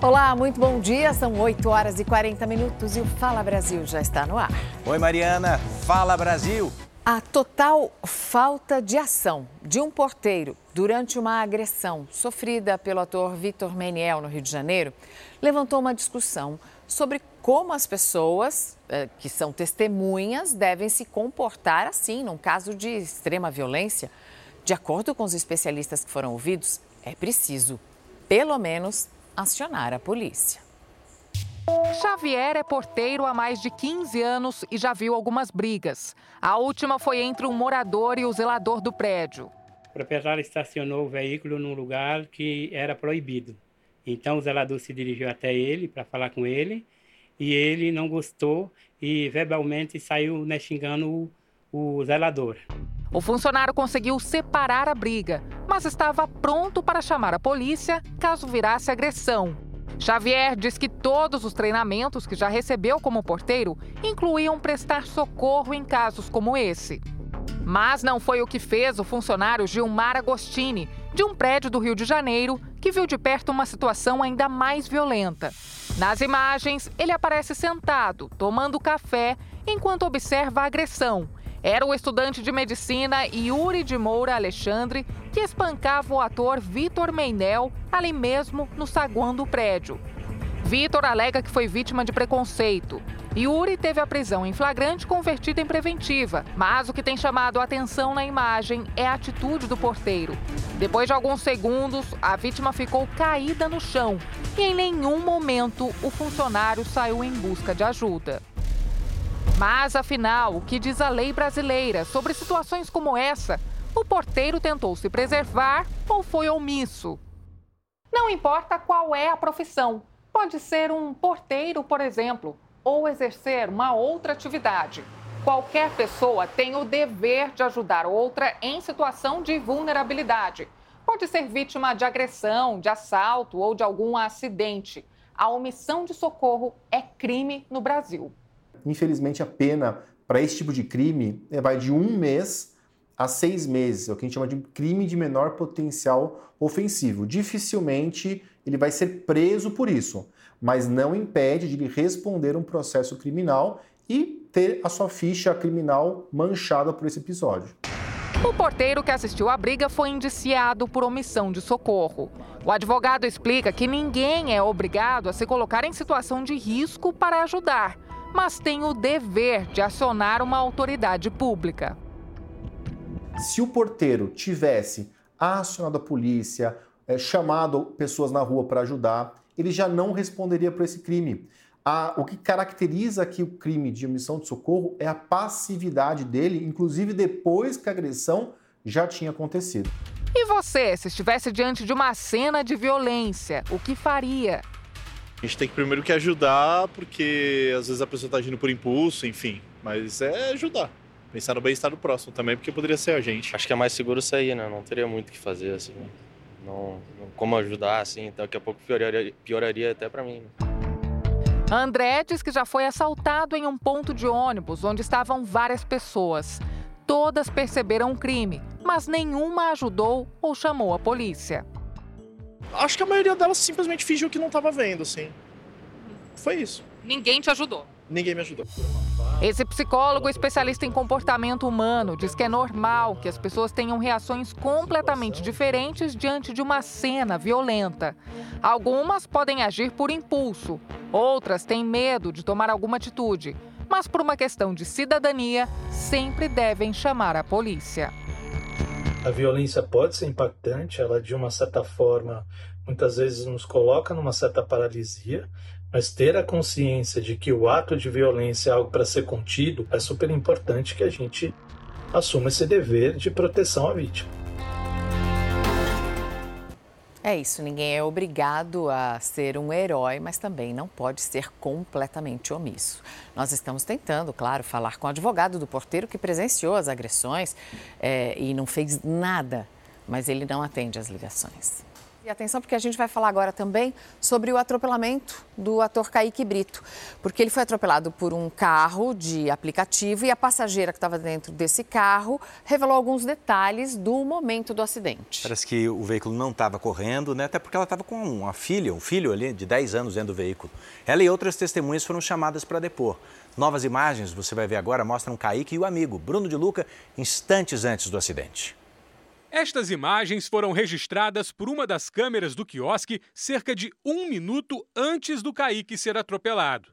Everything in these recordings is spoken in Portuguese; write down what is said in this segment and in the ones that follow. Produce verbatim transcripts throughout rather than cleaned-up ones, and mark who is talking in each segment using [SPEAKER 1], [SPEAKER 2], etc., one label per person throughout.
[SPEAKER 1] Olá, muito bom dia. São oito horas e quarenta minutos e o Fala Brasil já está no ar.
[SPEAKER 2] Oi, Mariana. Fala, Brasil.
[SPEAKER 1] A total falta de ação de um porteiro durante uma agressão sofrida pelo ator Vitor Meniel no Rio de Janeiro levantou uma discussão sobre como as pessoas eh, que são testemunhas devem se comportar assim num caso de extrema violência. De acordo com os especialistas que foram ouvidos, é preciso, pelo menos, acionar a polícia.
[SPEAKER 3] Xavier é porteiro há mais de quinze anos e já viu algumas brigas. A última foi entre um morador e o zelador do prédio.
[SPEAKER 4] O proprietário estacionou o veículo num lugar que era proibido. Então o zelador se dirigiu até ele para falar com ele e ele não gostou e verbalmente saiu, né, xingando o, o zelador.
[SPEAKER 3] O funcionário conseguiu separar a briga, mas estava pronto para chamar a polícia caso virasse agressão. Xavier diz que todos os treinamentos que já recebeu como porteiro incluíam prestar socorro em casos como esse. Mas não foi o que fez o funcionário Gilmar Agostini, de um prédio do Rio de Janeiro, que viu de perto uma situação ainda mais violenta. Nas imagens, ele aparece sentado, tomando café, enquanto observa a agressão. Era o estudante de medicina Yuri de Moura Alexandre que espancava o ator Vitor Meniel ali mesmo no saguão do prédio. Vitor alega que foi vítima de preconceito. Yuri teve a prisão em flagrante convertida em preventiva, mas o que tem chamado a atenção na imagem é a atitude do porteiro. Depois de alguns segundos, a vítima ficou caída no chão e em nenhum momento o funcionário saiu em busca de ajuda. Mas, afinal, o que diz a lei brasileira sobre situações como essa? O porteiro tentou se preservar ou foi omisso? Não importa qual é a profissão. Pode ser um porteiro, por exemplo, ou exercer uma outra atividade. Qualquer pessoa tem o dever de ajudar outra em situação de vulnerabilidade. Pode ser vítima de agressão, de assalto ou de algum acidente. A omissão de socorro é crime no Brasil.
[SPEAKER 5] Infelizmente, a pena para esse tipo de crime vai de um mês a seis meses, é o que a gente chama de crime de menor potencial ofensivo. Dificilmente ele vai ser preso por isso, mas não impede de ele responder um processo criminal e ter a sua ficha criminal manchada por esse episódio.
[SPEAKER 3] O porteiro que assistiu à briga foi indiciado por omissão de socorro. O advogado explica que ninguém é obrigado a se colocar em situação de risco para ajudar, mas tem o dever de acionar uma autoridade pública.
[SPEAKER 5] Se o porteiro tivesse acionado a polícia, é, chamado pessoas na rua para ajudar, ele já não responderia por esse crime. A, o que caracteriza aqui o crime de omissão de socorro é a passividade dele, inclusive depois que a agressão já tinha acontecido.
[SPEAKER 3] E você, se estivesse diante de uma cena de violência, o que faria?
[SPEAKER 6] A gente tem que primeiro que ajudar, porque às vezes a pessoa está agindo por impulso, enfim. Mas é ajudar. Pensar no bem-estar do próximo também, porque poderia ser a gente.
[SPEAKER 7] Acho que é mais seguro sair, né? Não teria muito o que fazer, assim. Não, não, como ajudar, assim, daqui a pouco pioraria, pioraria até para mim. Né?
[SPEAKER 3] André diz que já foi assaltado em um ponto de ônibus, onde estavam várias pessoas. Todas perceberam o crime, mas nenhuma ajudou ou chamou a polícia.
[SPEAKER 6] Acho que a maioria delas simplesmente fingiu que não estava vendo, assim. Foi isso.
[SPEAKER 3] Ninguém te ajudou?
[SPEAKER 6] Ninguém me ajudou.
[SPEAKER 3] Esse psicólogo especialista em comportamento humano diz que é normal que as pessoas tenham reações completamente diferentes diante de uma cena violenta. Algumas podem agir por impulso, outras têm medo de tomar alguma atitude, mas por uma questão de cidadania, sempre devem chamar a polícia.
[SPEAKER 8] A violência pode ser impactante, ela de uma certa forma, muitas vezes nos coloca numa certa paralisia, mas ter a consciência de que o ato de violência é algo para ser contido, é super importante que a gente assuma esse dever de proteção à vítima.
[SPEAKER 1] É isso, ninguém é obrigado a ser um herói, mas também não pode ser completamente omisso. Nós estamos tentando, claro, falar com o advogado do porteiro que presenciou as agressões é, e não fez nada, mas ele não atende as ligações. E atenção, porque a gente vai falar agora também sobre o atropelamento do ator Kaique Brito, porque ele foi atropelado por um carro de aplicativo e a passageira que estava dentro desse carro revelou alguns detalhes do momento do acidente.
[SPEAKER 2] Parece que o veículo não estava correndo, né? Até porque ela estava com uma filha, um filho ali de dez anos dentro do veículo. Ela e outras testemunhas foram chamadas para depor. Novas imagens, você vai ver agora, mostram Kaique e o amigo, Bruno de Luca, instantes antes do acidente.
[SPEAKER 9] Estas imagens foram registradas por uma das câmeras do quiosque cerca de um minuto antes do Kaique ser atropelado.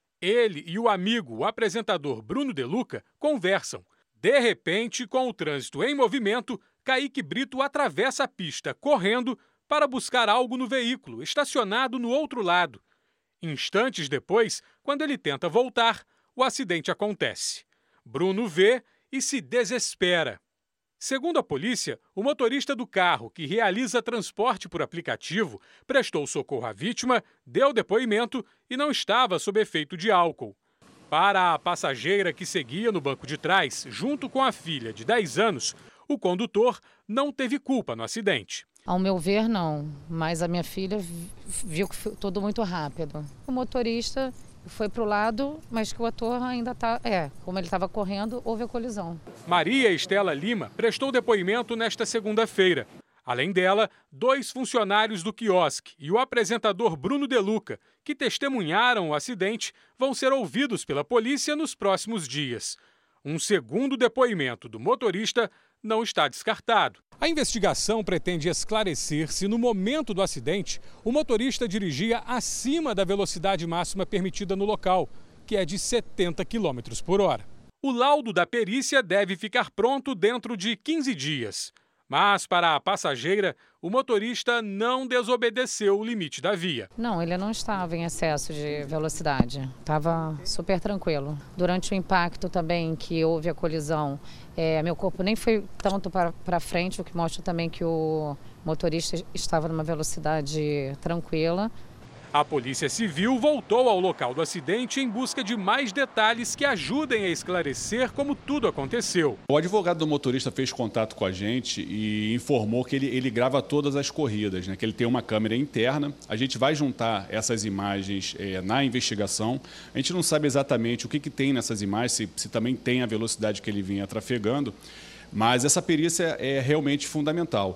[SPEAKER 9] Ele e o amigo, o apresentador Bruno de Luca, conversam. De repente, com o trânsito em movimento, Kaique Brito atravessa a pista correndo para buscar algo no veículo, estacionado no outro lado. Instantes depois, quando ele tenta voltar, o acidente acontece. Bruno vê e se desespera. Segundo a polícia, o motorista do carro, que realiza transporte por aplicativo, prestou socorro à vítima, deu depoimento e não estava sob efeito de álcool. Para a passageira que seguia no banco de trás, junto com a filha de dez anos, o condutor não teve culpa no acidente.
[SPEAKER 10] Ao meu ver, não, mas a minha filha viu que foi tudo muito rápido. O motorista foi para o lado, mas que o ator ainda está... É, como ele estava correndo, houve a colisão.
[SPEAKER 9] Maria Estela Lima prestou depoimento nesta segunda-feira. Além dela, dois funcionários do quiosque e o apresentador Bruno de Luca, que testemunharam o acidente, vão ser ouvidos pela polícia nos próximos dias. Um segundo depoimento do motorista não está descartado. A investigação pretende esclarecer se, no momento do acidente, o motorista dirigia acima da velocidade máxima permitida no local, que é de setenta quilômetros por hora. O laudo da perícia deve ficar pronto dentro de quinze dias. Mas, para a passageira, o motorista não desobedeceu o limite da via.
[SPEAKER 10] Não, ele não estava em excesso de velocidade, estava super tranquilo. Durante o impacto também que houve a colisão, é, meu corpo nem foi tanto para frente, o que mostra também que o motorista estava numa velocidade tranquila.
[SPEAKER 9] A Polícia Civil voltou ao local do acidente em busca de mais detalhes que ajudem a esclarecer como tudo aconteceu.
[SPEAKER 11] O advogado do motorista fez contato com a gente e informou que ele, ele grava todas as corridas, né? Que ele tem uma câmera interna. A gente vai juntar essas imagens é, na investigação. A gente não sabe exatamente o que, que tem nessas imagens, se, se também tem a velocidade que ele vinha trafegando, mas essa perícia é realmente fundamental.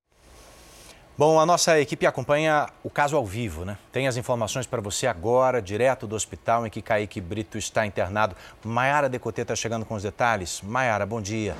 [SPEAKER 2] Bom, a nossa equipe acompanha o caso ao vivo, né? Tem as informações para você agora, direto do hospital em que Kaique Brito está internado. Maiara Decotê está chegando com os detalhes. Maiara, bom dia.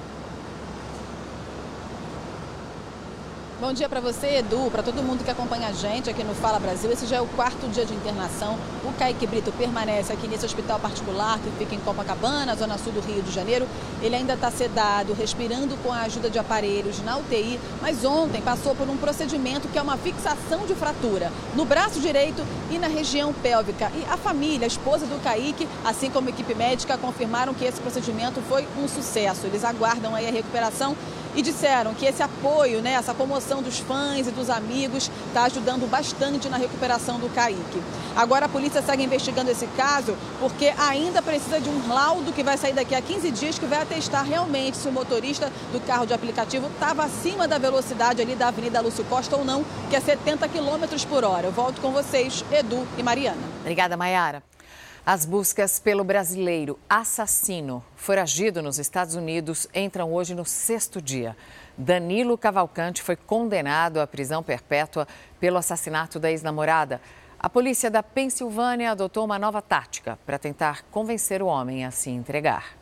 [SPEAKER 12] Bom dia para você, Edu, para todo mundo que acompanha a gente aqui no Fala Brasil. Esse já é o quarto dia de internação. O Kaique Brito permanece aqui nesse hospital particular que fica em Copacabana, zona sul do Rio de Janeiro. Ele ainda está sedado, respirando com a ajuda de aparelhos na U T I, mas ontem passou por um procedimento que é uma fixação de fratura no braço direito e na região pélvica. E a família, a esposa do Kaique, assim como a equipe médica, confirmaram que esse procedimento foi um sucesso. Eles aguardam aí a recuperação e disseram que esse apoio, né, essa comoção dos fãs e dos amigos está ajudando bastante na recuperação do Kaique. Agora a polícia segue investigando esse caso porque ainda precisa de um laudo que vai sair daqui a quinze dias que vai atestar realmente se o motorista do carro de aplicativo estava acima da velocidade ali da Avenida Lúcio Costa ou não, que é setenta quilômetros por hora. Eu volto com vocês, Edu e Mariana.
[SPEAKER 1] Obrigada, Maiara. As buscas pelo brasileiro assassino foragido nos Estados Unidos entram hoje no sexto dia. Danilo Cavalcante foi condenado à prisão perpétua pelo assassinato da ex-namorada. A polícia da Pensilvânia adotou uma nova tática para tentar convencer o homem a se entregar.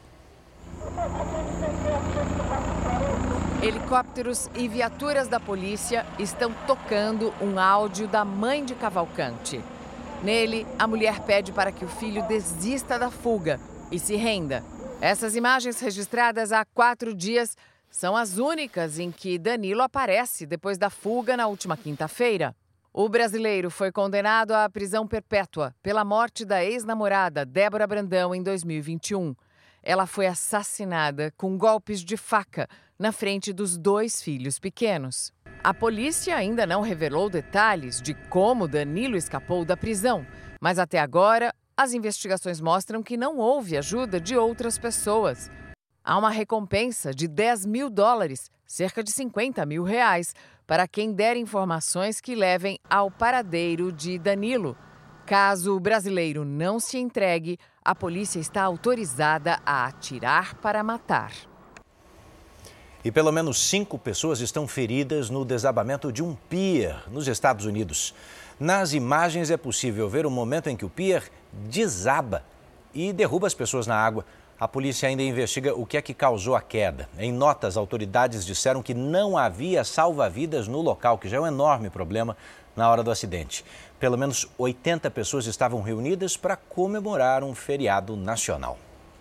[SPEAKER 1] Helicópteros e viaturas da polícia estão tocando um áudio da mãe de Cavalcante. Nele, a mulher pede para que o filho desista da fuga e se renda. Essas imagens registradas há quatro dias são as únicas em que Danilo aparece depois da fuga na última quinta-feira. O brasileiro foi condenado à prisão perpétua pela morte da ex-namorada Débora Brandão em dois mil e vinte e um. Ela foi assassinada com golpes de faca na frente dos dois filhos pequenos. A polícia ainda não revelou detalhes de como Danilo escapou da prisão, mas até agora as investigações mostram que não houve ajuda de outras pessoas. Há uma recompensa de dez mil dólares cerca de cinquenta mil reais, para quem der informações que levem ao paradeiro de Danilo. Caso o brasileiro não se entregue, a polícia está autorizada a atirar para matar.
[SPEAKER 2] E pelo menos cinco pessoas estão feridas no desabamento de um pier nos Estados Unidos. Nas imagens é possível ver o momento em que o pier desaba e derruba as pessoas na água. A polícia ainda investiga o que é que causou a queda. Em notas, autoridades disseram que não havia salva-vidas no local, que já é um enorme problema na hora do acidente. Pelo menos oitenta pessoas estavam reunidas para comemorar um feriado nacional.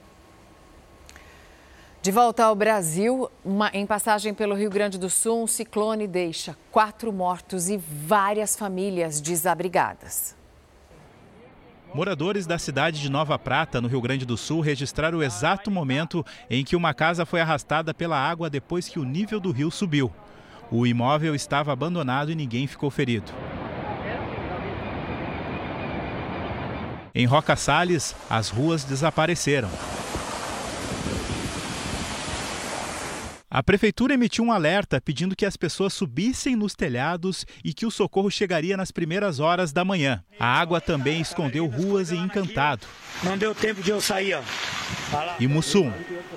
[SPEAKER 1] De volta ao Brasil, uma, em passagem pelo Rio Grande do Sul, um ciclone deixa quatro mortos e várias famílias desabrigadas.
[SPEAKER 13] Moradores da cidade de Nova Prata, no Rio Grande do Sul, registraram o exato momento em que uma casa foi arrastada pela água depois que o nível do rio subiu. O imóvel estava abandonado e ninguém ficou ferido. Em Roca Salles, as ruas desapareceram. A prefeitura emitiu um alerta pedindo que as pessoas subissem nos telhados e que o socorro chegaria nas primeiras horas da manhã. A água também escondeu ruas em Encantado.
[SPEAKER 14] Não deu tempo de eu sair, ó.
[SPEAKER 13] E Mussum.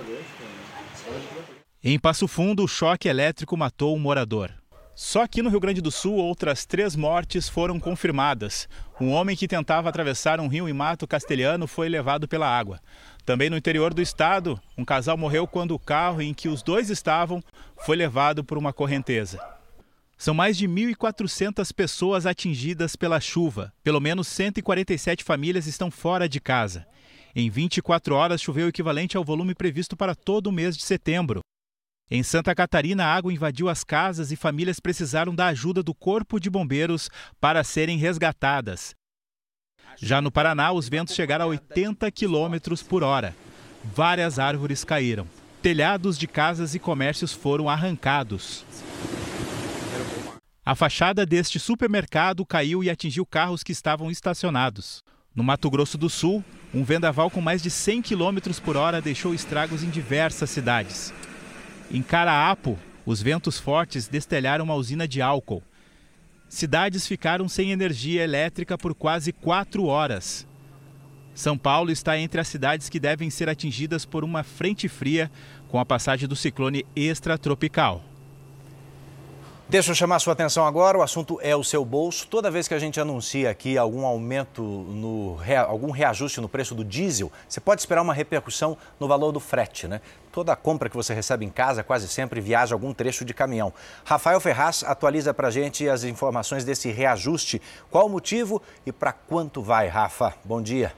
[SPEAKER 13] Em Passo Fundo, o choque elétrico matou um morador. Só aqui no Rio Grande do Sul, outras três mortes foram confirmadas. Um homem que tentava atravessar um rio em Mato Castelhano foi levado pela água. Também no interior do estado, um casal morreu quando o carro em que os dois estavam foi levado por uma correnteza. São mais de mil e quatrocentas pessoas atingidas pela chuva. Pelo menos cento e quarenta e sete famílias estão fora de casa. Em vinte e quatro horas, choveu o equivalente ao volume previsto para todo o mês de setembro. Em Santa Catarina, a água invadiu as casas e famílias precisaram da ajuda do Corpo de Bombeiros para serem resgatadas. Já no Paraná, os ventos chegaram a oitenta quilômetros por hora. Várias árvores caíram. Telhados de casas e comércios foram arrancados. A fachada deste supermercado caiu e atingiu carros que estavam estacionados. No Mato Grosso do Sul, um vendaval com mais de cem quilômetros por hora deixou estragos em diversas cidades. Em Caraapo, os ventos fortes destelharam uma usina de álcool. Cidades ficaram sem energia elétrica por quase quatro horas. São Paulo está entre as cidades que devem ser atingidas por uma frente fria com a passagem do ciclone extratropical.
[SPEAKER 2] Deixa eu chamar a sua atenção agora, o assunto é o seu bolso. Toda vez que a gente anuncia aqui algum aumento, no, algum reajuste no preço do diesel, você pode esperar uma repercussão no valor do frete, né? Toda compra que você recebe em casa quase sempre viaja algum trecho de caminhão. Rafael Ferraz atualiza para a gente as informações desse reajuste. Qual o motivo e para quanto vai, Rafa? Bom dia.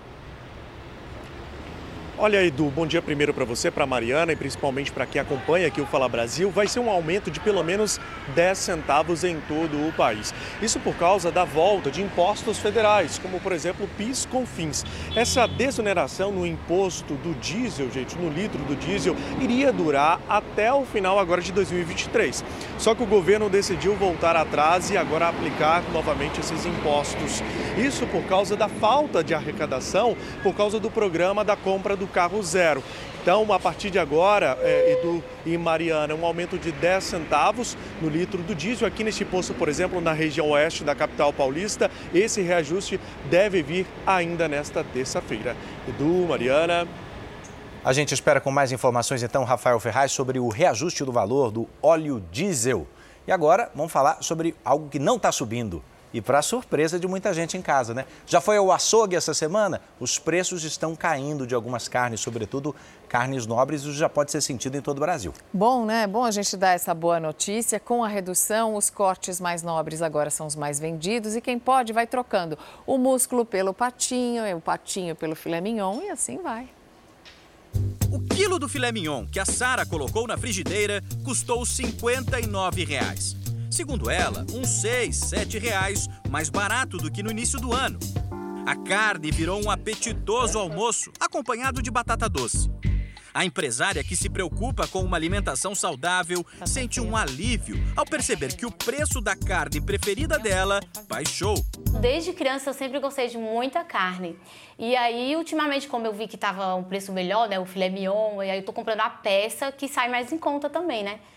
[SPEAKER 15] Olha, Edu, bom dia primeiro para você, para a Mariana e principalmente para quem acompanha aqui o Fala Brasil. Vai ser um aumento de pelo menos dez centavos em todo o país. Isso por causa da volta de impostos federais, como por exemplo o PIS, CONFINS. Essa desoneração no imposto do diesel, gente, no litro do diesel, iria durar até o final agora de dois mil e vinte e três. Só que o governo decidiu voltar atrás e agora aplicar novamente esses impostos. Isso por causa da falta de arrecadação, por causa do programa da compra do carro zero. Então, a partir de agora, é, Edu e Mariana, um aumento de dez centavos no litro do diesel. Aqui neste posto, por exemplo, na região oeste da capital paulista, esse reajuste deve vir ainda nesta terça-feira. Edu, Mariana.
[SPEAKER 2] A gente espera com mais informações, então, Rafael Ferraz, sobre o reajuste do valor do óleo diesel. E agora, vamos falar sobre algo que não está subindo. E para surpresa de muita gente em casa, né? Já foi ao açougue essa semana? Os preços estão caindo de algumas carnes, sobretudo carnes nobres, e isso já pode ser sentido em todo o Brasil.
[SPEAKER 1] Bom, né? Bom a gente dar essa boa notícia. Com a redução, os cortes mais nobres agora são os mais vendidos e quem pode vai trocando o músculo pelo patinho, o patinho pelo filé mignon e assim vai.
[SPEAKER 16] O quilo do filé mignon que a Sara colocou na frigideira custou cinquenta e nove reais. Segundo ela, uns seis, sete reais mais barato do que no início do ano. A carne virou um apetitoso almoço, acompanhado de batata doce. A empresária que se preocupa com uma alimentação saudável sente um alívio ao perceber que o preço da carne preferida dela baixou.
[SPEAKER 17] Desde criança eu sempre gostei de muita carne. E aí, ultimamente, como eu vi que estava um preço melhor, né, o filé mignon, e aí eu tô comprando a peça que sai mais em conta também, né?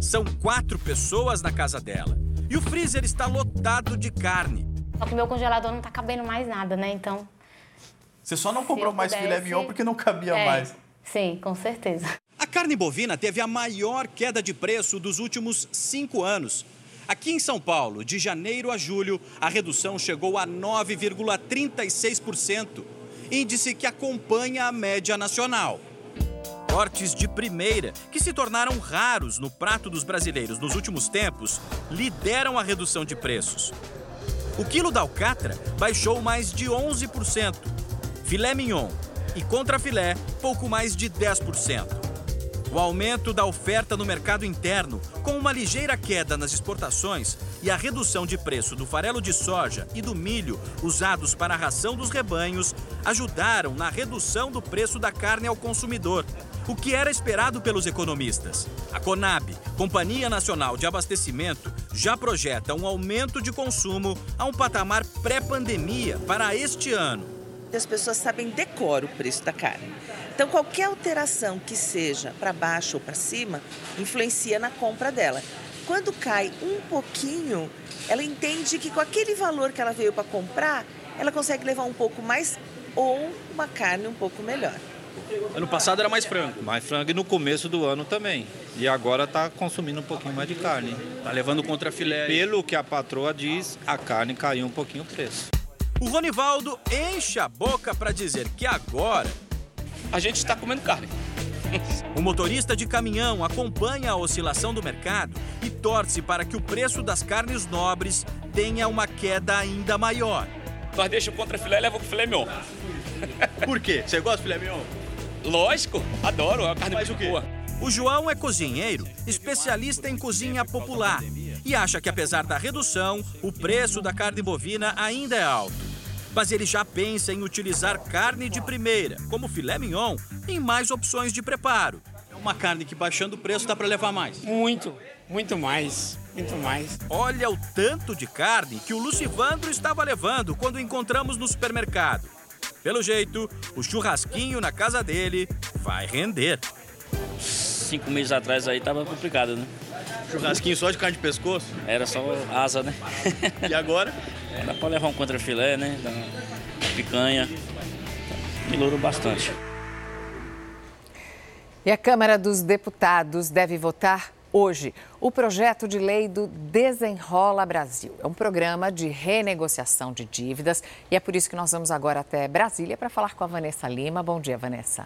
[SPEAKER 16] São quatro pessoas na casa dela. E o freezer está lotado de carne.
[SPEAKER 17] Só que meu congelador não tá cabendo mais nada, né? Então...
[SPEAKER 18] Você só não comprou mais
[SPEAKER 17] pudesse...
[SPEAKER 18] filé mignon porque não cabia
[SPEAKER 17] é,
[SPEAKER 18] mais.
[SPEAKER 17] Sim, com certeza.
[SPEAKER 16] A carne bovina teve a maior queda de preço dos últimos cinco anos. Aqui em São Paulo, de janeiro a julho, a redução chegou a nove vírgula trinta e seis por cento, índice que acompanha a média nacional. Cortes de primeira, que se tornaram raros no prato dos brasileiros nos últimos tempos, lideram a redução de preços. O quilo da alcatra baixou mais de onze por cento, filé mignon e contrafilé pouco mais de dez por cento. O aumento da oferta no mercado interno, com uma ligeira queda nas exportações e a redução de preço do farelo de soja e do milho usados para a ração dos rebanhos, ajudaram na redução do preço da carne ao consumidor, o que era esperado pelos economistas. A Conab, Companhia Nacional de Abastecimento, já projeta um aumento de consumo a um patamar pré-pandemia para este ano.
[SPEAKER 19] As pessoas sabem decor o preço da carne. Então, qualquer alteração que seja para baixo ou para cima, influencia na compra dela. Quando cai um pouquinho, ela entende que com aquele valor que ela veio para comprar, ela consegue levar um pouco mais ou uma carne um pouco melhor.
[SPEAKER 20] Ano passado era mais frango. Mais frango e no começo do ano também. E agora está consumindo um pouquinho mais de carne.
[SPEAKER 16] Está levando contra filé.
[SPEAKER 20] Pelo que a patroa diz, a carne caiu um pouquinho o preço.
[SPEAKER 16] O Ronivaldo enche a boca para dizer que agora
[SPEAKER 20] a gente está comendo carne.
[SPEAKER 16] O motorista de caminhão acompanha a oscilação do mercado e torce para que o preço das carnes nobres tenha uma queda ainda maior.
[SPEAKER 20] Nós deixamos contra filé e levamos com filé mignon.
[SPEAKER 16] Por quê? Você gosta de filé mignon?
[SPEAKER 20] Lógico, adoro, é uma carne muito boa.
[SPEAKER 16] O João é cozinheiro, especialista em cozinha popular e acha que apesar da redução, o preço da carne bovina ainda é alto. Mas ele já pensa em utilizar carne de primeira, como filé mignon, em mais opções de preparo. É uma carne que baixando o preço dá para levar mais.
[SPEAKER 14] Muito, muito mais, muito mais.
[SPEAKER 16] Olha o tanto de carne que o Lucivandro estava levando quando o encontramos no supermercado. Pelo jeito, o churrasquinho na casa dele vai render.
[SPEAKER 20] Cinco meses atrás aí tava complicado, né?
[SPEAKER 16] Churrasquinho só de carne de pescoço?
[SPEAKER 20] Era só asa, né?
[SPEAKER 16] E agora?
[SPEAKER 20] Dá pra levar um contrafilé, né? Dá uma picanha. Melhorou bastante.
[SPEAKER 1] E a Câmara dos Deputados deve votar hoje o projeto de lei do Desenrola Brasil. É um programa de renegociação de dívidas e é por isso que nós vamos agora até Brasília para falar com a Vanessa Lima. Bom dia, Vanessa.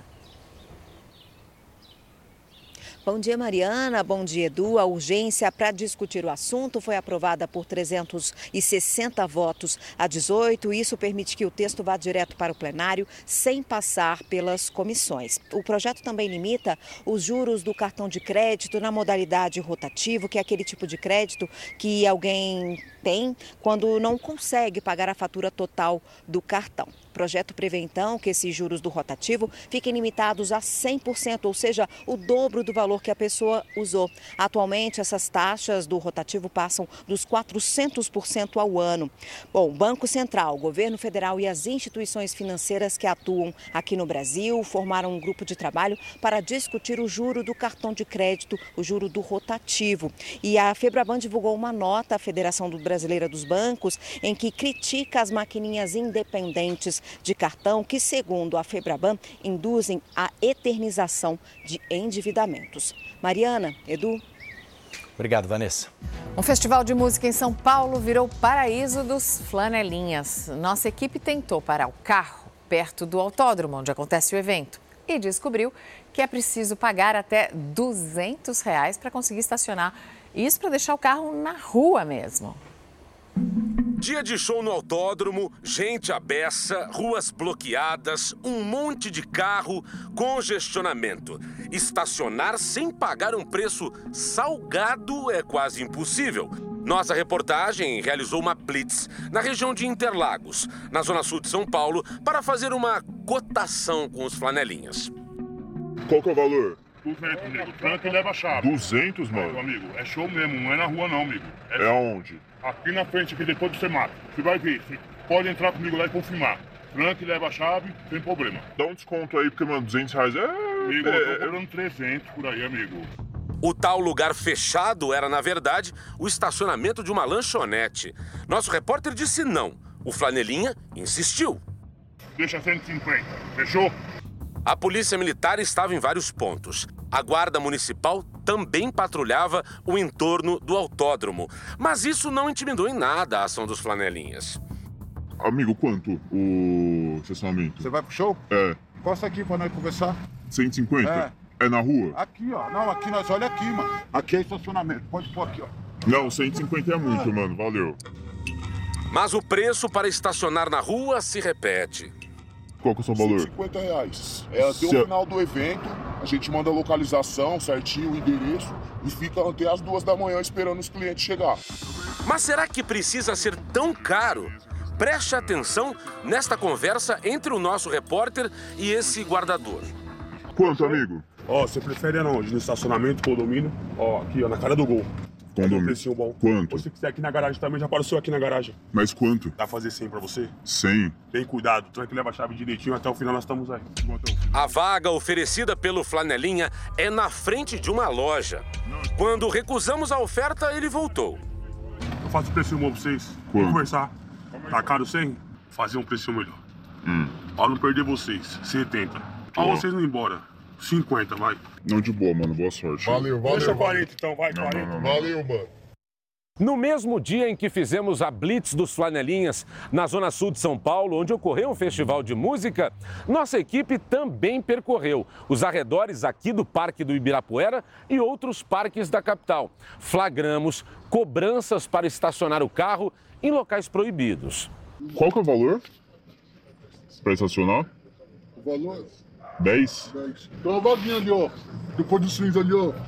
[SPEAKER 21] Bom dia, Mariana. Bom dia, Edu. A urgência para discutir o assunto foi aprovada por trezentos e sessenta votos a dezoito. Isso permite que o texto vá direto para o plenário sem passar pelas comissões. O projeto também limita os juros do cartão de crédito na modalidade rotativo, que é aquele tipo de crédito que alguém tem quando não consegue pagar a fatura total do cartão. O projeto prevê, então, que esses juros do rotativo fiquem limitados a cem por cento, ou seja, o dobro do valor que a pessoa usou. Atualmente, essas taxas do rotativo passam dos quatrocentos por cento ao ano. Bom, o Banco Central, o Governo Federal e as instituições financeiras que atuam aqui no Brasil formaram um grupo de trabalho para discutir o juro do cartão de crédito, o juro do rotativo. E a Febraban divulgou uma nota à Federação Brasileira dos Bancos em que critica as maquininhas independentes de cartão que, segundo a Febraban, induzem a eternização de endividamentos. Mariana, Edu.
[SPEAKER 2] Obrigado, Vanessa.
[SPEAKER 1] Um festival de música em São Paulo virou paraíso dos flanelinhas. Nossa equipe tentou parar o carro perto do autódromo onde acontece o evento e descobriu que é preciso pagar até duzentos reais para conseguir estacionar. Isso para deixar o carro na rua mesmo.
[SPEAKER 22] Dia de show no autódromo, gente à beça, ruas bloqueadas, um monte de carro, congestionamento. Estacionar sem pagar um preço salgado é quase impossível. Nossa reportagem realizou uma blitz na região de Interlagos, na zona sul de São Paulo, para fazer uma cotação com os flanelinhas.
[SPEAKER 23] Qual que é o valor?
[SPEAKER 24] duzentos, amigo. Franca leva a chave.
[SPEAKER 23] duzentos, mano?
[SPEAKER 24] Meu amigo, é show mesmo, não é na rua não, amigo.
[SPEAKER 23] É, é aonde?
[SPEAKER 24] Aqui na frente, aqui depois do semáforo. Você vai ver, você pode entrar comigo lá e confirmar. Franca leva a chave, sem problema.
[SPEAKER 23] Dá um desconto aí, porque, mano, duzentos reais é...
[SPEAKER 24] Amigo, é... eu tô cobrando trezentos por aí, amigo.
[SPEAKER 22] O tal lugar fechado era, na verdade, o estacionamento de uma lanchonete. Nosso repórter disse não. O flanelinha insistiu.
[SPEAKER 24] Deixa cento e cinquenta, fechou?
[SPEAKER 22] A polícia militar estava em vários pontos. A guarda municipal também patrulhava o entorno do autódromo. Mas isso não intimidou em nada a ação dos flanelinhas.
[SPEAKER 24] Amigo, quanto o estacionamento?
[SPEAKER 4] Você vai pro show?
[SPEAKER 24] É.
[SPEAKER 4] Encosta aqui pra nós conversar.
[SPEAKER 24] cento e cinquenta? É. É na rua?
[SPEAKER 4] Aqui, ó. Não, aqui nós olha aqui, mano. Aqui é estacionamento. Pode pôr aqui, ó.
[SPEAKER 24] Não, cento e cinquenta é muito, mano. Valeu.
[SPEAKER 22] Mas o preço para estacionar na rua se repete.
[SPEAKER 24] Qual que é o seu valor? cento e cinquenta reais. É até Se... o final do evento, a gente manda a localização certinho, o endereço, e fica até as duas da manhã esperando os clientes chegar.
[SPEAKER 22] Mas será que precisa ser tão caro? Preste atenção nesta conversa entre o nosso repórter e esse guardador.
[SPEAKER 24] Quanto, amigo?
[SPEAKER 5] Ó, oh, você prefere onde? No estacionamento, condomínio? Ó, oh, aqui, ó, na cara do gol.
[SPEAKER 24] Condomínio.
[SPEAKER 5] Um precinho bom.
[SPEAKER 24] Quanto?
[SPEAKER 5] Ou se quiser aqui na garagem também, já apareceu aqui na garagem.
[SPEAKER 24] Mas quanto?
[SPEAKER 5] Dá pra fazer cem pra você?
[SPEAKER 24] cem.
[SPEAKER 5] Tem cuidado, tranque, leva a chave direitinho, até o final nós estamos aí.
[SPEAKER 22] A vaga oferecida pelo flanelinha é na frente de uma loja. Quando recusamos a oferta, ele voltou.
[SPEAKER 5] Eu faço precinho bom pra vocês.
[SPEAKER 24] Quanto?
[SPEAKER 5] Vamos conversar. Tá caro cem? Fazer um precinho melhor.
[SPEAKER 24] Hum.
[SPEAKER 5] Pra não perder vocês, setenta. Pra
[SPEAKER 24] Ó.
[SPEAKER 5] vocês não ir embora. cinquenta, vai.
[SPEAKER 24] Não, de boa, mano. Boa sorte. Valeu, valeu.
[SPEAKER 5] Deixa quarenta então, vai,
[SPEAKER 24] não,
[SPEAKER 5] quarenta.
[SPEAKER 24] Não, não, não. Valeu, mano.
[SPEAKER 22] No mesmo dia em que fizemos a Blitz dos Flanelinhas, na zona sul de São Paulo, onde ocorreu um festival de música, nossa equipe também percorreu os arredores aqui do Parque do Ibirapuera e outros parques da capital. Flagramos cobranças para estacionar o carro em locais proibidos.
[SPEAKER 24] Qual que é o valor para estacionar?
[SPEAKER 4] O valor?
[SPEAKER 24] dez?
[SPEAKER 4] dez. Tem uma vaguinha ali, ó. Depois do cinza ali, ó.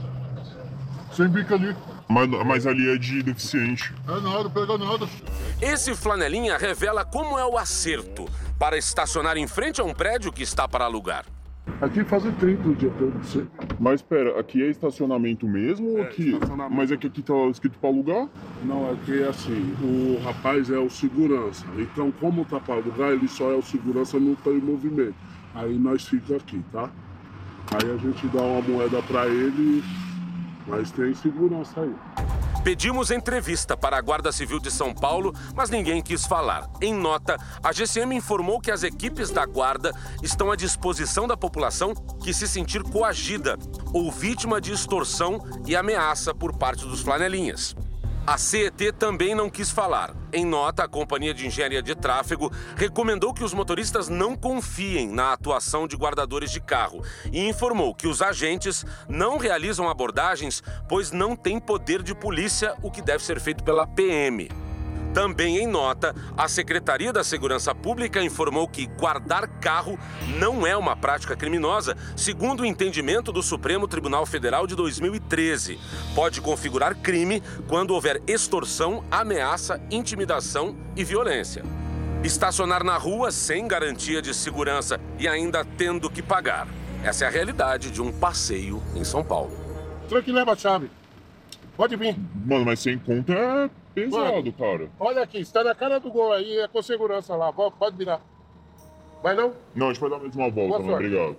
[SPEAKER 4] Sem bico ali.
[SPEAKER 24] Mas, mas ali é de deficiente.
[SPEAKER 4] É nada, pega nada.
[SPEAKER 22] Esse flanelinha revela como é o acerto para estacionar em frente a um prédio que está para alugar.
[SPEAKER 4] Aqui fazem trinta o dia todo, sei.
[SPEAKER 24] Mas espera, aqui é estacionamento mesmo?
[SPEAKER 4] É,
[SPEAKER 24] ou aqui?
[SPEAKER 4] estacionamento.
[SPEAKER 24] Mas é que aqui tá escrito para alugar?
[SPEAKER 4] Não, aqui é assim, o rapaz é o segurança. Então, como tá para alugar, ele só é o segurança, não tá em movimento. Aí nós fica aqui, tá? Aí a gente dá uma moeda para ele, mas tem segurança aí.
[SPEAKER 22] Pedimos entrevista para a Guarda Civil de São Paulo, mas ninguém quis falar. Em nota, a G C M informou que as equipes da Guarda estão à disposição da população que se sentir coagida ou vítima de extorsão e ameaça por parte dos flanelinhas. A C E T também não quis falar. Em nota, a Companhia de Engenharia de Tráfego recomendou que os motoristas não confiem na atuação de guardadores de carro e informou que os agentes não realizam abordagens, pois não têm poder de polícia, o que deve ser feito pela P M. Também em nota, a Secretaria da Segurança Pública informou que guardar carro não é uma prática criminosa, segundo o entendimento do Supremo Tribunal Federal de dois mil e treze. Pode configurar crime quando houver extorsão, ameaça, intimidação e violência. Estacionar na rua sem garantia de segurança e ainda tendo que pagar. Essa é a realidade de um passeio em São Paulo.
[SPEAKER 4] Tranquilo, leva a chave. Pode vir.
[SPEAKER 24] Mano, mas sem conta é pesado, Mano, cara.
[SPEAKER 4] Olha aqui, está na cara do gol aí, é com segurança lá. Pode virar. Vai não?
[SPEAKER 24] Não, a gente vai dar mais uma volta, mano. Obrigado.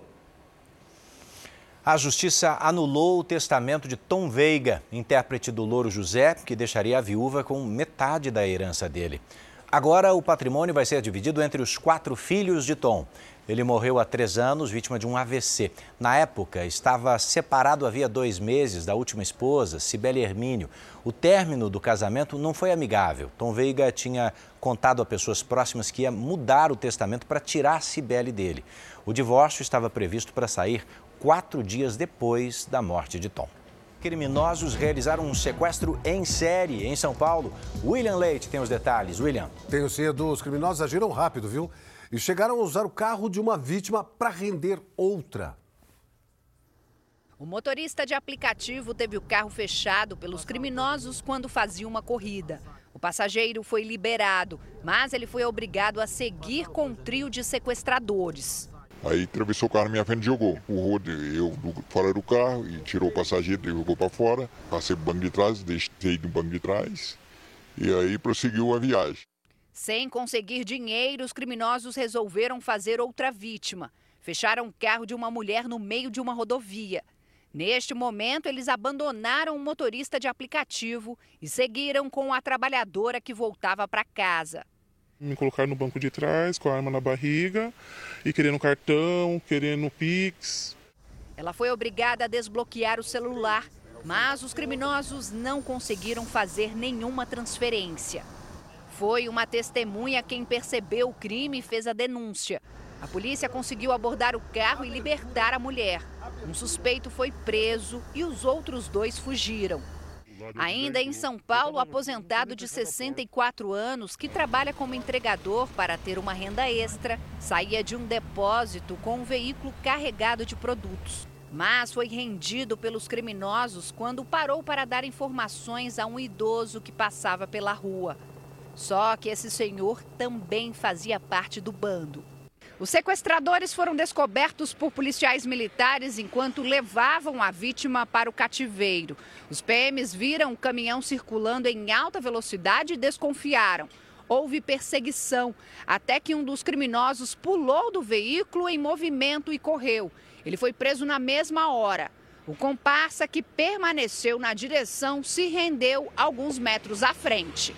[SPEAKER 2] A Justiça anulou o testamento de Tom Veiga, intérprete do Louro José, que deixaria a viúva com metade da herança dele. Agora, o patrimônio vai ser dividido entre os quatro filhos de Tom. Ele morreu há três anos, vítima de um A V C. Na época, estava separado havia dois meses da última esposa, Cibele Hermínio. O término do casamento não foi amigável. Tom Veiga tinha contado a pessoas próximas que ia mudar o testamento para tirar Cibele dele. O divórcio estava previsto para sair quatro dias depois da morte de Tom. Criminosos realizaram um sequestro em série em São Paulo. William Leite tem os detalhes. William.
[SPEAKER 6] Tenho cedo. Os criminosos agiram rápido, viu? E chegaram a usar o carro de uma vítima para render outra.
[SPEAKER 7] O motorista de aplicativo teve o carro fechado pelos criminosos quando fazia uma corrida. O passageiro foi liberado, mas ele foi obrigado a seguir com um trio de sequestradores.
[SPEAKER 23] Aí atravessou o carro na minha frente e jogou. Empurrou eu fora do carro e tirou o passageiro, jogou para fora. Passei para o banco de trás, deixei no banco de trás e aí prosseguiu a viagem.
[SPEAKER 7] Sem conseguir dinheiro, os criminosos resolveram fazer outra vítima. Fecharam o carro de uma mulher no meio de uma rodovia. Neste momento, eles abandonaram o motorista de aplicativo e seguiram com a trabalhadora que voltava para casa.
[SPEAKER 4] Me colocaram no banco de trás, com a arma na barriga, e querendo cartão, querendo Pix.
[SPEAKER 7] Ela foi obrigada a desbloquear o celular, mas os criminosos não conseguiram fazer nenhuma transferência. Foi uma testemunha quem percebeu o crime e fez a denúncia. A polícia conseguiu abordar o carro e libertar a mulher. Um suspeito foi preso e os outros dois fugiram. Ainda em São Paulo, o aposentado de sessenta e quatro anos, que trabalha como entregador para ter uma renda extra, saía de um depósito com um veículo carregado de produtos. Mas foi rendido pelos criminosos quando parou para dar informações a um idoso que passava pela rua. Só que esse senhor também fazia parte do bando. Os sequestradores foram descobertos por policiais militares enquanto levavam a vítima para o cativeiro. Os P Ms viram o caminhão circulando em alta velocidade e desconfiaram. Houve perseguição, até que um dos criminosos pulou do veículo em movimento e correu. Ele foi preso na mesma hora. O comparsa, que permaneceu na direção, se rendeu alguns metros à frente.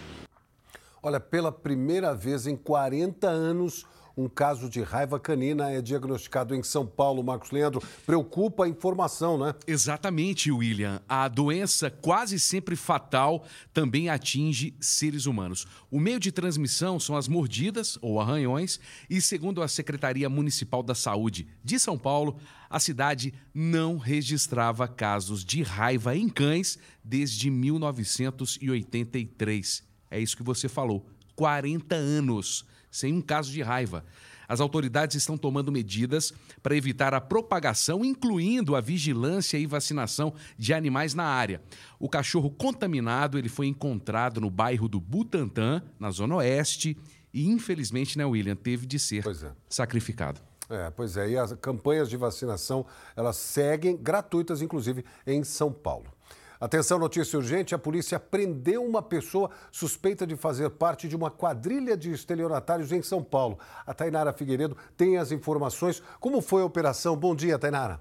[SPEAKER 6] Olha, pela primeira vez em quarenta anos, um caso de raiva canina é diagnosticado em São Paulo. Marcos Leandro, preocupa a informação, né?
[SPEAKER 3] Exatamente, William. A doença, quase sempre fatal, também atinge seres humanos. O meio de transmissão são as mordidas ou arranhões e, segundo a Secretaria Municipal da Saúde de São Paulo, a cidade não registrava casos de raiva em cães desde mil novecentos e oitenta e três. É isso que você falou, quarenta anos. Sem um caso de raiva. As autoridades estão tomando medidas para evitar a propagação, incluindo a vigilância e vacinação de animais na área. O cachorro contaminado ele foi encontrado no bairro do Butantã, na Zona Oeste, e infelizmente, né, William, teve de ser é. sacrificado.
[SPEAKER 6] É, pois é, e as campanhas de vacinação, elas seguem gratuitas, inclusive, em São Paulo. Atenção, notícia urgente, a polícia prendeu uma pessoa suspeita de fazer parte de uma quadrilha de estelionatários em São Paulo. A Tainara Figueiredo tem as informações. Como foi a operação? Bom dia, Tainara.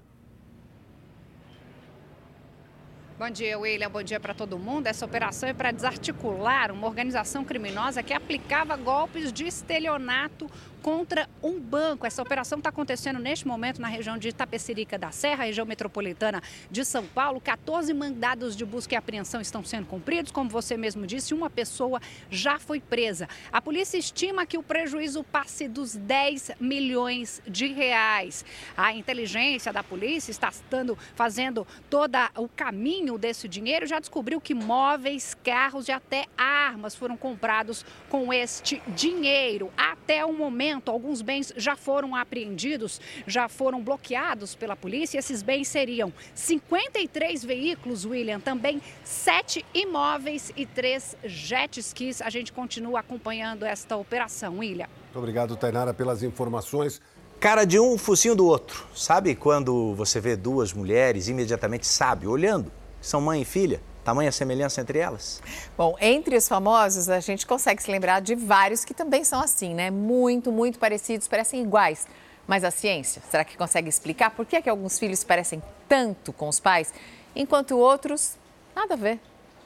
[SPEAKER 8] Bom dia, William. Bom dia para todo mundo. Essa operação é para desarticular uma organização criminosa que aplicava golpes de estelionato contra um banco. Essa operação está acontecendo neste momento na região de Itapecerica da Serra, região metropolitana de São Paulo. quatorze mandados de busca e apreensão estão sendo cumpridos. Como você mesmo disse, uma pessoa já foi presa. A polícia estima que o prejuízo passe dos dez milhões de reais. A inteligência da polícia está estando fazendo todo o caminho desse dinheiro. Já descobriu que móveis, carros e até armas foram comprados com este dinheiro. Até o momento, alguns bens já foram apreendidos, já foram bloqueados pela polícia. Esses bens seriam cinquenta e três veículos, William, também sete imóveis e três jet skis. A gente continua acompanhando esta operação, William.
[SPEAKER 6] Muito obrigado, Tainara, pelas informações.
[SPEAKER 2] Cara de um, focinho do outro. Sabe quando você vê duas mulheres, imediatamente sabe, olhando, são mãe e filha? Tamanha semelhança entre elas?
[SPEAKER 1] Bom, entre os famosos, a gente consegue se lembrar de vários que também são assim, né? Muito, muito parecidos, parecem iguais. Mas a ciência, será que consegue explicar por que é que alguns filhos parecem tanto com os pais, enquanto outros, nada a ver?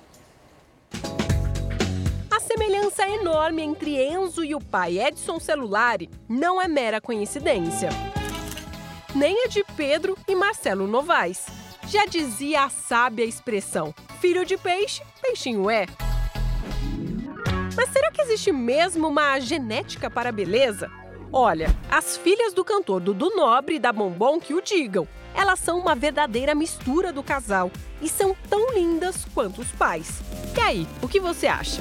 [SPEAKER 9] A semelhança enorme entre Enzo e o pai Edson Celulari não é mera coincidência. Nem a de Pedro e Marcelo Novaes. Já dizia a sábia expressão, filho de peixe, peixinho é. Mas será que existe mesmo uma genética para a beleza? Olha, as filhas do cantor Dudu Nobre e da Bombom que o digam. Elas são uma verdadeira mistura do casal e são tão lindas quanto os pais. E aí, o que você acha?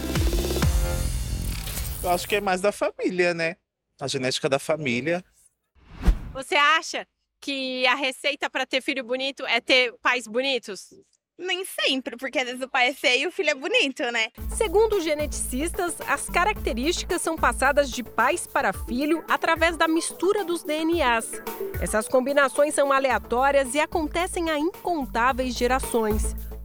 [SPEAKER 10] Eu acho que é mais da família, né? A genética da família.
[SPEAKER 9] Você acha que a receita para ter filho bonito é ter pais bonitos?
[SPEAKER 25] Nem sempre, porque às vezes o pai é feio e o filho é bonito, né?
[SPEAKER 9] Segundo geneticistas, as características são passadas de pais para filho através da mistura dos D N As. Essas combinações são aleatórias e acontecem a incontáveis gerações.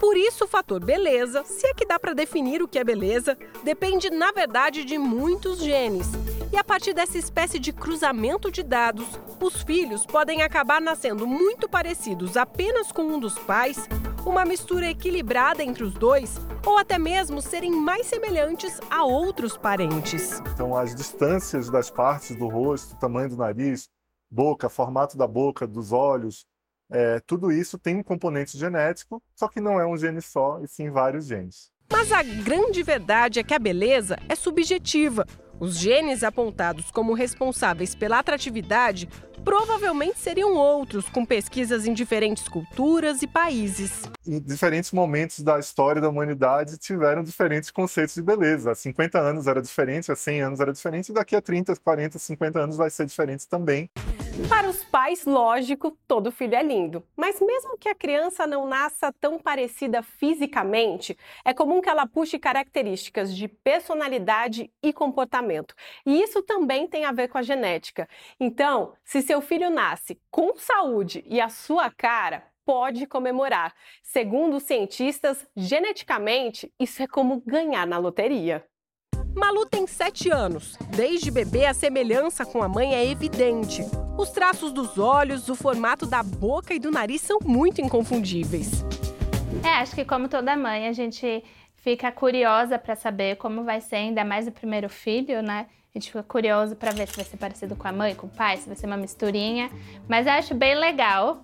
[SPEAKER 9] Por isso, o fator beleza, se é que dá para definir o que é beleza, depende, na verdade, de muitos genes. E a partir dessa espécie de cruzamento de dados, os filhos podem acabar nascendo muito parecidos apenas com um dos pais, uma mistura equilibrada entre os dois, ou até mesmo serem mais semelhantes a outros parentes.
[SPEAKER 11] Então, as distâncias das partes do rosto, tamanho do nariz, boca, formato da boca, dos olhos, é, tudo isso tem um componente genético, só que não é um gene só, e sim vários genes.
[SPEAKER 9] Mas a grande verdade é que a beleza é subjetiva. Os genes apontados como responsáveis pela atratividade provavelmente seriam outros, com pesquisas em diferentes culturas e países.
[SPEAKER 11] Em diferentes momentos da história da humanidade tiveram diferentes conceitos de beleza. Há cinquenta anos era diferente, há cem anos era diferente, e daqui a trinta, quarenta, cinquenta anos vai ser diferente também.
[SPEAKER 9] Para os pais, lógico, todo filho é lindo. Mas mesmo que a criança não nasça tão parecida fisicamente, é comum que ela puxe características de personalidade e comportamento. E isso também tem a ver com a genética. Então, se seu filho nasce com saúde e a sua cara, pode comemorar. Segundo os cientistas, geneticamente, isso é como ganhar na loteria. Malu tem sete anos. Desde bebê, a semelhança com a mãe é evidente. Os traços dos olhos, o formato da boca e do nariz são muito inconfundíveis.
[SPEAKER 12] É, acho que como toda mãe, a gente fica curiosa para saber como vai ser, ainda mais o primeiro filho, né? A gente fica curioso para ver se vai ser parecido com a mãe, com o pai, se vai ser uma misturinha. Mas eu acho bem legal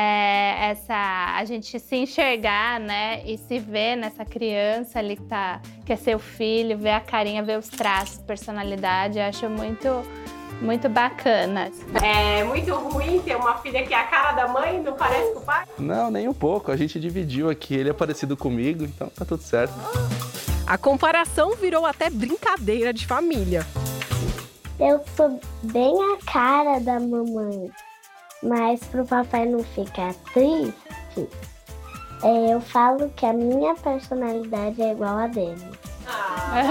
[SPEAKER 12] é, essa, a gente se enxergar, né? E se ver nessa criança ali que, tá, que é seu filho, ver a carinha, ver os traços, personalidade. Eu acho muito, muito bacana.
[SPEAKER 9] É muito ruim ter uma filha que é a cara da mãe e não parece com o pai?
[SPEAKER 13] Não, nem um pouco. A gente dividiu aqui. Ele é parecido comigo, então tá tudo certo.
[SPEAKER 9] A comparação virou até brincadeira de família.
[SPEAKER 15] Eu sou bem a cara da mamãe, mas pro papai não ficar triste, é, eu falo que a minha personalidade é igual a dele.
[SPEAKER 1] Ah.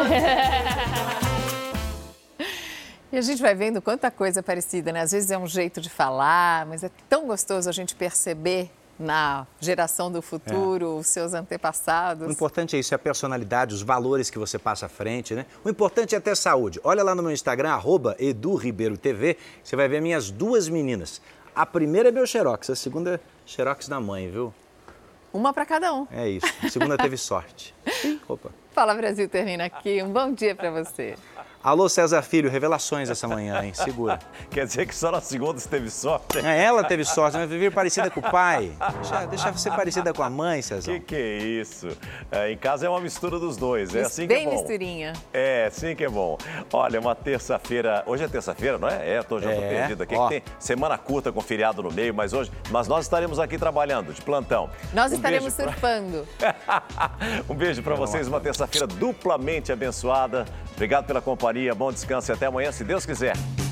[SPEAKER 1] E a gente vai vendo quanta coisa parecida, né? Às vezes é um jeito de falar, mas é tão gostoso a gente perceber na geração do futuro, é. os seus antepassados.
[SPEAKER 2] O importante é isso, é a personalidade, os valores que você passa à frente, né? O importante é ter saúde. Olha lá no meu Instagram, arroba Edu Ribeiro T V, você vai ver minhas duas meninas. A primeira é meu xerox, a segunda é xerox da mãe, viu?
[SPEAKER 1] Uma para cada um.
[SPEAKER 2] É isso, a segunda teve sorte. Opa.
[SPEAKER 1] Fala Brasil termina aqui, um bom dia para você.
[SPEAKER 2] Alô, César Filho, revelações essa manhã, hein? Segura.
[SPEAKER 18] Quer dizer que só na segunda você teve sorte?
[SPEAKER 2] É, ela teve sorte, mas vir parecida com o pai. Deixa, deixa você parecida com a mãe, César.
[SPEAKER 18] Que que é isso? É, em casa é uma mistura dos dois, é assim que
[SPEAKER 1] bem
[SPEAKER 18] é bom.
[SPEAKER 1] Bem misturinha.
[SPEAKER 18] É, assim que é bom. Olha, uma terça-feira, hoje é terça-feira, não é? É, tô, já tô
[SPEAKER 2] é,
[SPEAKER 18] perdido aqui.
[SPEAKER 2] ó.
[SPEAKER 18] Que tem semana curta com feriado no meio, mas hoje, mas nós estaremos aqui trabalhando, de plantão.
[SPEAKER 1] Nós
[SPEAKER 18] um
[SPEAKER 1] estaremos surfando.
[SPEAKER 18] Pra... um beijo pra vocês, uma terça-feira duplamente abençoada. Obrigado pela companhia, bom descanso e até amanhã, se Deus quiser.